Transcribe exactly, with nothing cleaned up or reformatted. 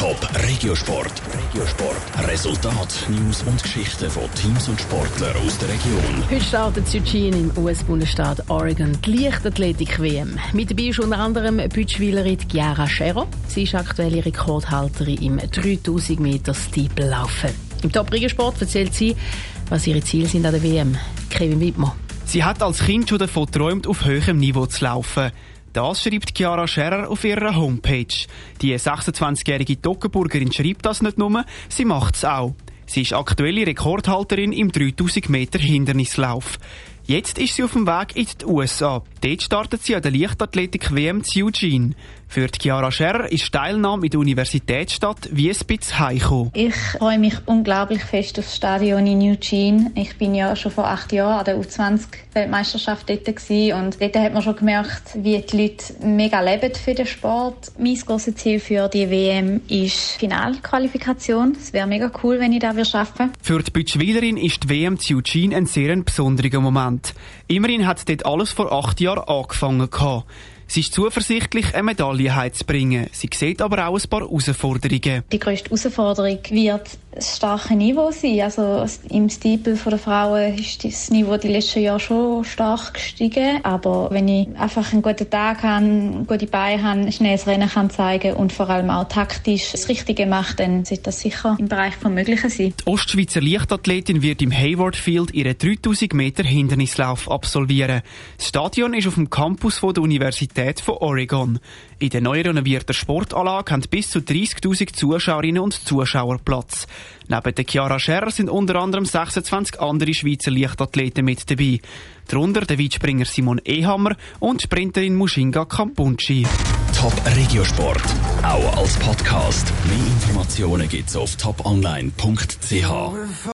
Top Regiosport. Regiosport. Resultat, News und Geschichten von Teams und Sportlern aus der Region. Heute startet Eugene im U S-Bundesstaat Oregon die Leichtathletik-W M. Mit dabei ist unter anderem Bütschwilerin Chiara Scherrer. Sie ist aktuelle Rekordhalterin im dreitausend Meter Steeplelaufen. Im Top Regiosport erzählt sie, was ihre Ziele sind an der W M. Kevin Wittmer. Sie hat als Kind schon davon geträumt, auf höherem Niveau zu laufen. Das schreibt Chiara Scherrer auf ihrer Homepage. Die sechsundzwanzigjährige Toggenburgerin schreibt das nicht nur, sie macht es auch. Sie ist aktuelle Rekordhalterin im dreitausend Meter Hindernislauf. Jetzt ist sie auf dem Weg in die U S A. Dort startet sie an der Leichtathletik-W M zu Eugene. Für die Chiara Scherrer ist die Teilnahme in der Universitätsstadt wie ein bisschen heimkommen. Ich freue mich unglaublich fest auf das Stadion in Eugene. Ich bin ja schon vor acht Jahren an der U zwanzig-Weltmeisterschaft dort gewesen und dort hat man schon gemerkt, wie die Leute mega leben für den Sport. Mein grosses Ziel für die W M ist Finalqualifikation. Es wäre mega cool, wenn ich das schaffen würde. Für die Bütschwilerin ist die W M zu Eugene ein sehr besonderer Moment. Immerhin hat dort alles vor acht Jahren angefangen. Sie ist zuversichtlich, eine Medaille heimzubringen. Sie sieht aber auch ein paar Herausforderungen. Die grösste Herausforderung wird das starke Niveau sein. Also im Steeple der Frauen ist das Niveau die letzten Jahre schon stark gestiegen. Aber wenn ich einfach einen guten Tag habe, gute Beine habe, ein schnelles Rennen kann zeigen und vor allem auch taktisch das Richtige mache, dann sollte das sicher im Bereich vom Möglichen sein. Die Ostschweizer Leichtathletin wird im Hayward Field ihren dreitausend Meter Hindernislauf absolvieren. Das Stadion ist auf dem Campus der Universität von Oregon. In der neu renovierten Sportanlage haben bis zu dreissigtausend Zuschauerinnen und Zuschauer Platz. Neben der Chiara Scherrer sind unter anderem sechsundzwanzig andere Schweizer Leichtathleten mit dabei. Darunter der Weitspringer Simon Ehammer und die Sprinterin Mushinga Kampunchi. Top Regiosport, auch als Podcast. Mehr Informationen gibt's auf top online punkt c h.